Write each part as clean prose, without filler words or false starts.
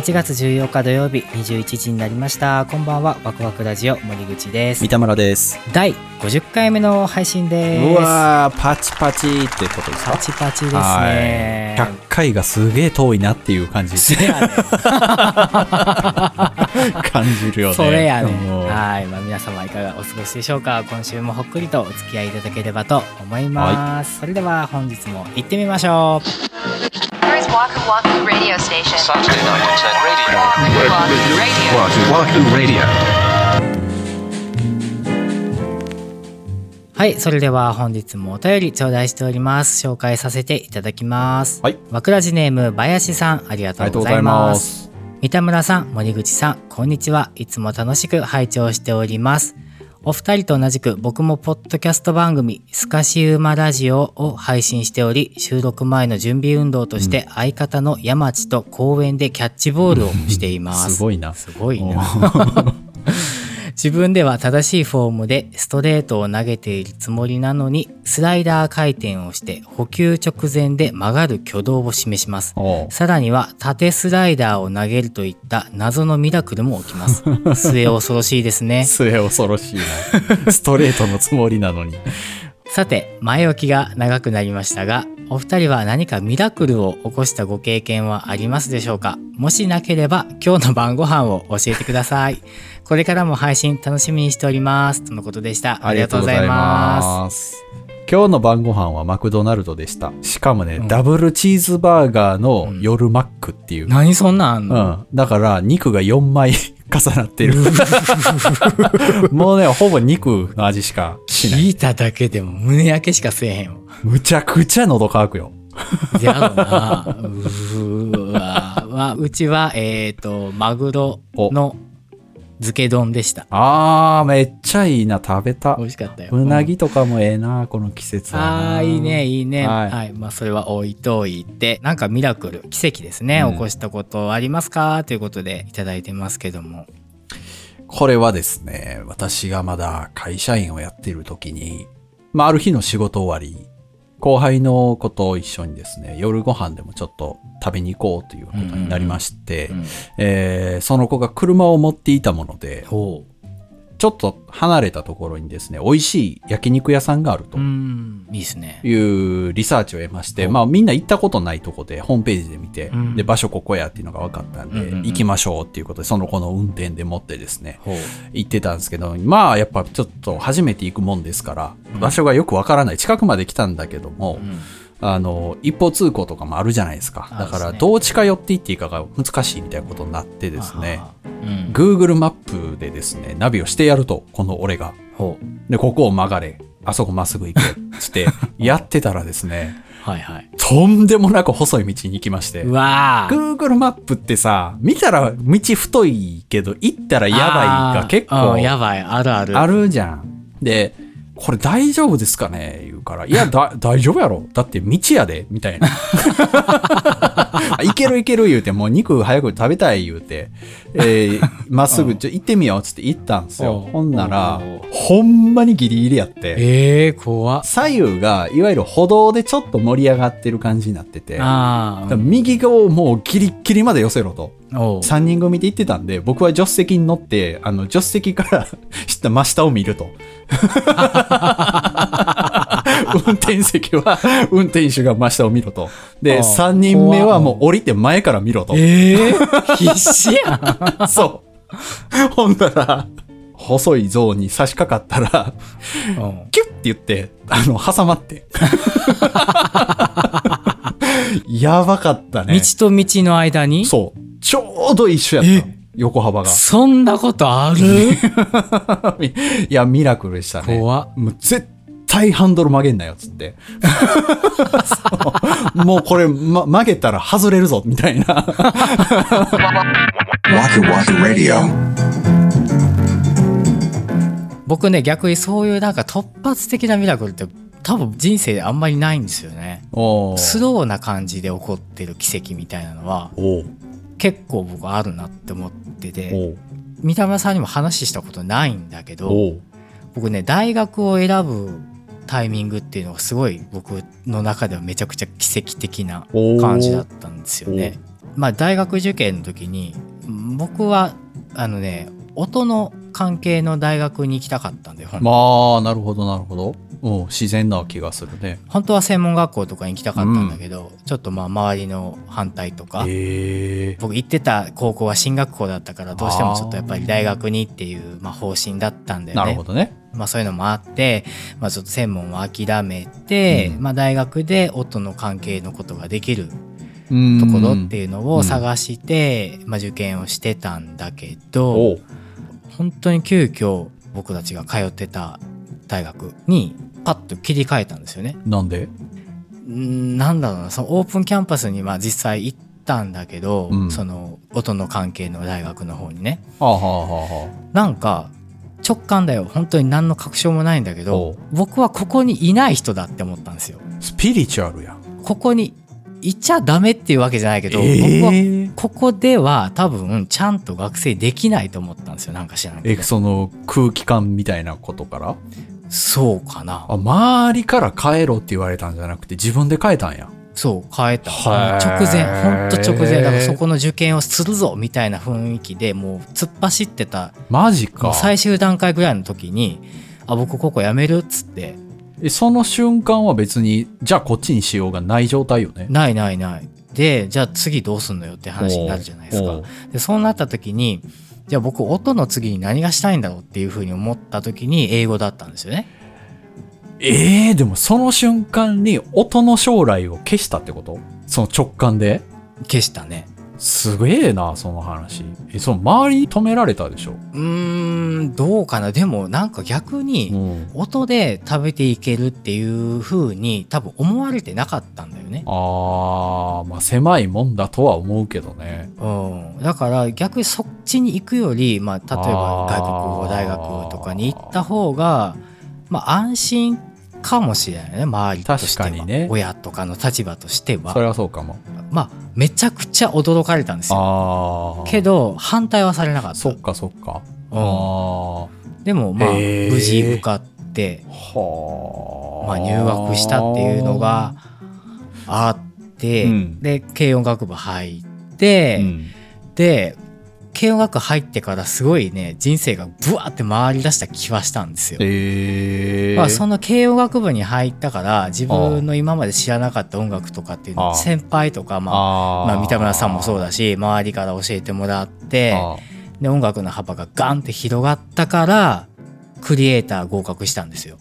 8月14日土曜日21時になりました。こんばんは。ワクワクラジオ森口です。 三田村です。 第50回目の配信です。 うわー、パチパチってことですか？ パチパチですね。 100回がすげえ遠いなっていう感じですね。感じるよね。 それやね。はい、皆様いかがお過ごしでしょうか。今週もほっくりとお付き合いいただければと思います。それでは本日も行ってみましょう。 Waku Waku Radio Station. Saturday night at 10 radio. Waku Waku Radio. はい、それでは本日もお便り頂戴しております。紹介させていただきます。 はい。 わくらじネーム林さん、ありがとうございます。三田村さん、森口さん、こんにちは。いつも楽しく拝聴しております。お二人と同じく僕もポッドキャスト番組スカシウマラジオを配信しており、収録前の準備運動として相方の山地と公園でキャッチボールをしています。 すごいな。 すごいな。自分では正しいフォームでストレートを投げているつもりなのに、スライダー回転をして捕球直前で曲がる挙動を示します。さらには縦スライダーを投げるといった謎のミラクルも起きます。末恐ろしいですね。 末恐ろしいな。ストレートのつもりなのに。 さて、前置きが長くなりましたが、お二人は何かミラクルを起こしたご経験はありますでしょうか？もしなければ今日の晩ご飯を教えてください。これからも配信楽しみにしておりますとのことでした。ありがとうございます。 今日の晩ご飯はマクドナルドでした。しかもね、ダブルチーズバーガーの夜マックっていう。 何そんなんあんの？ だから肉が4枚重なってる。もうね、ほぼ肉の味しかしない。 聞いただけでも胸焼けしかせえへんわ。 むちゃくちゃ喉乾くよ。 やろな。うちはマグロの漬け丼でした。 めっちゃいいな。食べた。 美味しかったよ。 うなぎとかもええな、この季節は。 いいねいいね。 はい。 はい、それは置いといて、なんかミラクル、奇跡ですね、起こしたことありますかということでいただいてますけども。 これはですね、私がまだ会社員をやっている時に、ある日の仕事終わり、後輩の子と一緒にですね、夜ご飯でもちょっと食べに行こうということになりまして、その子が車を持っていたもので、ちょっと離れたところにですね、美味しい焼肉屋さんがあると。 いいですね。 いうリサーチを得まして、みんな行ったことないとこでホームページで見て、で、場所ここやっていうのが分かったんで、行きましょうっていうことで、その子の運転で持ってですね、行ってたんですけど、やっぱちょっと初めて行くもんですから、場所がよく分からない。近くまで来たんだけども、一方通行とかもあるじゃないですか。だからどう近寄っていっていいかが難しいみたいなことになってですね、Google マップでですね、ナビをしてやると、この俺が。で、ここを曲がれ。あそこまっすぐ行け。つって、やってたらですね、とんでもなく細い道に行きまして。Google マップってさ、見たら道太いけど、行ったらやばいが結構。 やばい、あるある。 あるじゃん。で、これ大丈夫ですかね言うから。いや、大丈夫やろ。だって道やで。みたいな。いけるいける言うて、もう肉早く食べたい言うて、まっすぐ行ってみようつって行ったんですよ。ほんなら、ほんまにギリギリやって。 怖っ。 左右が、いわゆる歩道でちょっと盛り上がってる感じになってて、右側をもうギリギリまで寄せろと。3人組で行ってたんで、僕は助手席に乗って、助手席から真下を見ると。運転席は運転手が真下を見ろと。で、3人目はもう降りて前から見ろと。 必死やん。 そう。ほんなら、細いゾーンに差し掛かったら、キュッて言って、挟まって。やばかったね。 道と道の間に？ そう。ちょうど一緒やった。横幅が。 そんなことある？ いや、ミラクルでしたね。 怖っ。 もう絶対ハンドル曲げんなよ、つって。もうこれ、曲げたら外れるぞ、みたいな。僕ね、逆にそういうなんか突発的なミラクルって多分人生であんまりないんですよね。スローな感じで起こってる奇跡みたいなのは結構僕あるなって思ってて、三田村さんにも話したことないんだけど、僕ね、大学を選ぶタイミングっていうのがすごい僕の中ではめちゃくちゃ奇跡的な感じだったんですよね。 まあ大学受験の時に僕は音の関係の大学に行きたかったんで、 まあなるほどなるほど、自然な気がするね。 本当は専門学校とかに行きたかったんだけど、ちょっとまあ周りの反対とか、僕行ってた高校は進学校だったから、どうしてもちょっとやっぱり大学にっていう、まあ、方針だったんだよね。 なるほどね。 まあそういうのもあって、まあ、ちょっと専門は諦めて、まあ、大学で音の関係のことができるところっていうのを探して、まあ、受験をしてたんだけど、本当に急遽僕たちが通ってた大学にパッと切り替えたんですよね。 なんで？ なんだろうな、そのオープンキャンパスにまあ実際行ったんだけど、その音の関係の大学の方にね、なんか直感だよ、本当に何の確証もないんだけど、僕はここにいない人だって思ったんですよ。 スピリチュアルや。 ここにいちゃダメっていうわけじゃないけど、僕はここでは多分ちゃんと学生できないと思ったんですよ。なんか知らないけど。 その空気感みたいなことから？ そうかな。 周りから変えろって言われたんじゃなくて自分で変えたんや。 そう変えた。直前、ほんと直前だから、そこの受験をするぞみたいな雰囲気でもう突っ走ってた。 マジか。 最終段階ぐらいの時に僕ここ辞めるっつって。 その瞬間は別にじゃあこっちにしようがない状態よね。 ないで、じゃあ次どうすんのよって話になるじゃないですか。でそうなった時に、じゃあ僕音の次に何がしたいんだろうっていうふうに思った時に英語だったんですよね。 でもその瞬間に音の将来を消したってこと？その直感で消したね。 すげえな、その話。その周りに止められたでしょ？ どうかな。でもなんか逆に音で食べていけるっていう風に多分思われてなかったんだよね。 まあ狭いもんだとは思うけどね。 だから逆にそっちに行くより、まあ例えば外国語大学とかに行った方がまあ安心かもしれないね、周りとしては。確かにね。親とかの立場としては。 それはそうかも。 まあめちゃくちゃ驚かれたんですよ。けど反対はされなかった。 そっか。 でもまあ無事受かって、まあ入学したっていうのがあって、で軽音楽部入って、で軽音楽入ってからすごいね、人生がブワーって回り出した気はしたんですよ。まあ、その軽音楽部に入ったから自分の今まで知らなかった音楽とかっていうのを先輩とか、まあ三田村さんもそうだし、周りから教えてもらって、で音楽の幅がガンって広がったからクリエイター合格したんですよ。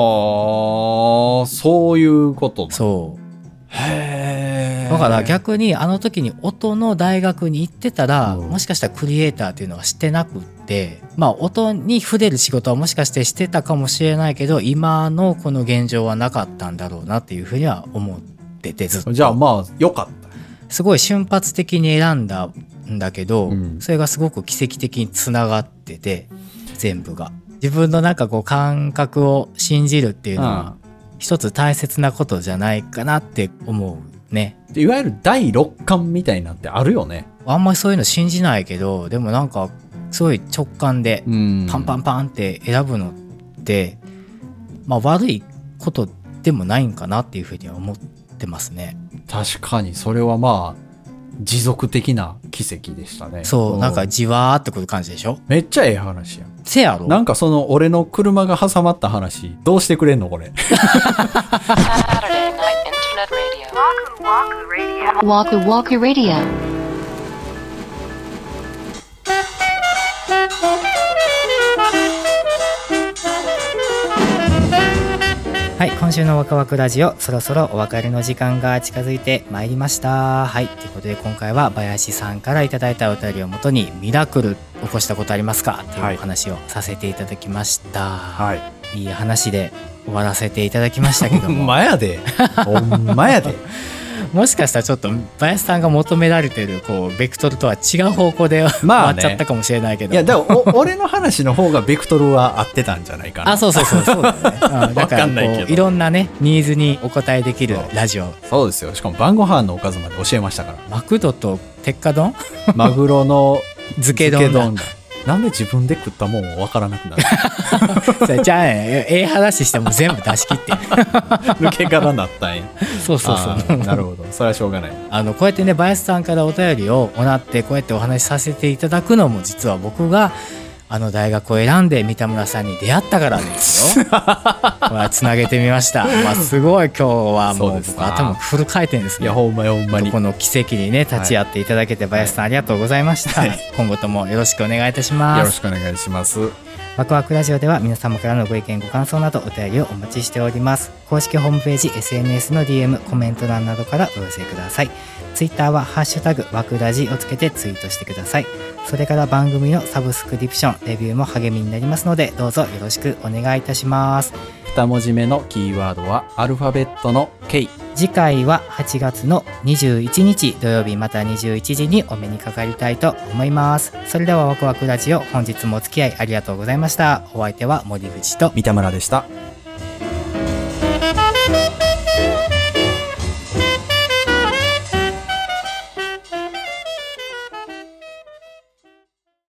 そういうこと。 そうだから逆にあの時に音の大学に行ってたら、もしかしたらクリエイターっていうのはしてなくって、まあ音に触れる仕事はもしかしてしてたかもしれないけど、今のこの現状はなかったんだろうなっていうふうには思ってて、ずっと。 じゃあまあよかった。 すごい瞬発的に選んだんだけど、それがすごく奇跡的につながってて、全部が自分のなんかこう感覚を信じるっていうのは一つ大切なことじゃないかなって思うね。 いわゆる第六感みたいなんてあるよね。 あんまりそういうの信じないけど、でもなんかすごい直感でパンパンパンって選ぶのって、まあ悪いことでもないんかなっていうふうには思ってますね。 確かにそれはまあ持続的な奇跡でしたね。 そう、なんかじわーってくる感じでしょ。 めっちゃええ話やん。 せやろ。 なんかその俺の車が挟まった話どうしてくれんのこれ。 Saturday Night Internet Radio. Waku Waku Radio. はい、今週のワクワクラジオ、そろそろお別れの時間が近づいてまいりました。はい、ということで今回は林さんからいただいたお便りをもとにミラクル起こしたことありますかというお話をさせていただきました。はい、いい話で終わらせていただきましたけども。 ほんまやで。ほんまやで。 もしかしたらちょっと林さんが求められてるこうベクトルとは違う方向で終わっちゃったかもしれないけど、 いやだから俺の話の方がベクトルは合ってたんじゃないかな。 そうだね。だからこういろんなねニーズにお答えできるラジオ。 そうですよ。しかも晩ご飯のおかずまで教えましたから。 マクドと鉄火丼、 マグロの漬け丼だ。 なんで自分で食ったもんわからなくなるそれじゃあね、話しても全部出し切って抜け殻なったんや。 そうそうそうなるほど、それはしょうがない。 こうやってね林さんからお便りをもらってこうやってお話しさせていただくのも実は僕が大学を選んで三田村さんに出会ったからですよつなげてみました。すごい今日はもう僕頭フル回転ですね。 いやほんまにこの奇跡にね立ち会っていただけて、林さんありがとうございました、今後ともよろしくお願いいたします。 よろしくお願いします。 ワクワクラジオでは皆様からのご意見ご感想などお便りをお待ちしております。公式ホームページ SNS の DM コメント欄などからお寄せください。ツイッターはハッシュタグワクラジをつけてツイートしてください。それから番組のサブスクリプションレビューも励みになりますのでどうぞよろしくお願いいたします。 2文字目のキーワードはアルファベットの K。 次回は8月の21日土曜日また21時にお目にかかりたいと思います。それではワクワクラジオ本日もお付き合いありがとうございました。お相手は森口と三田村でした。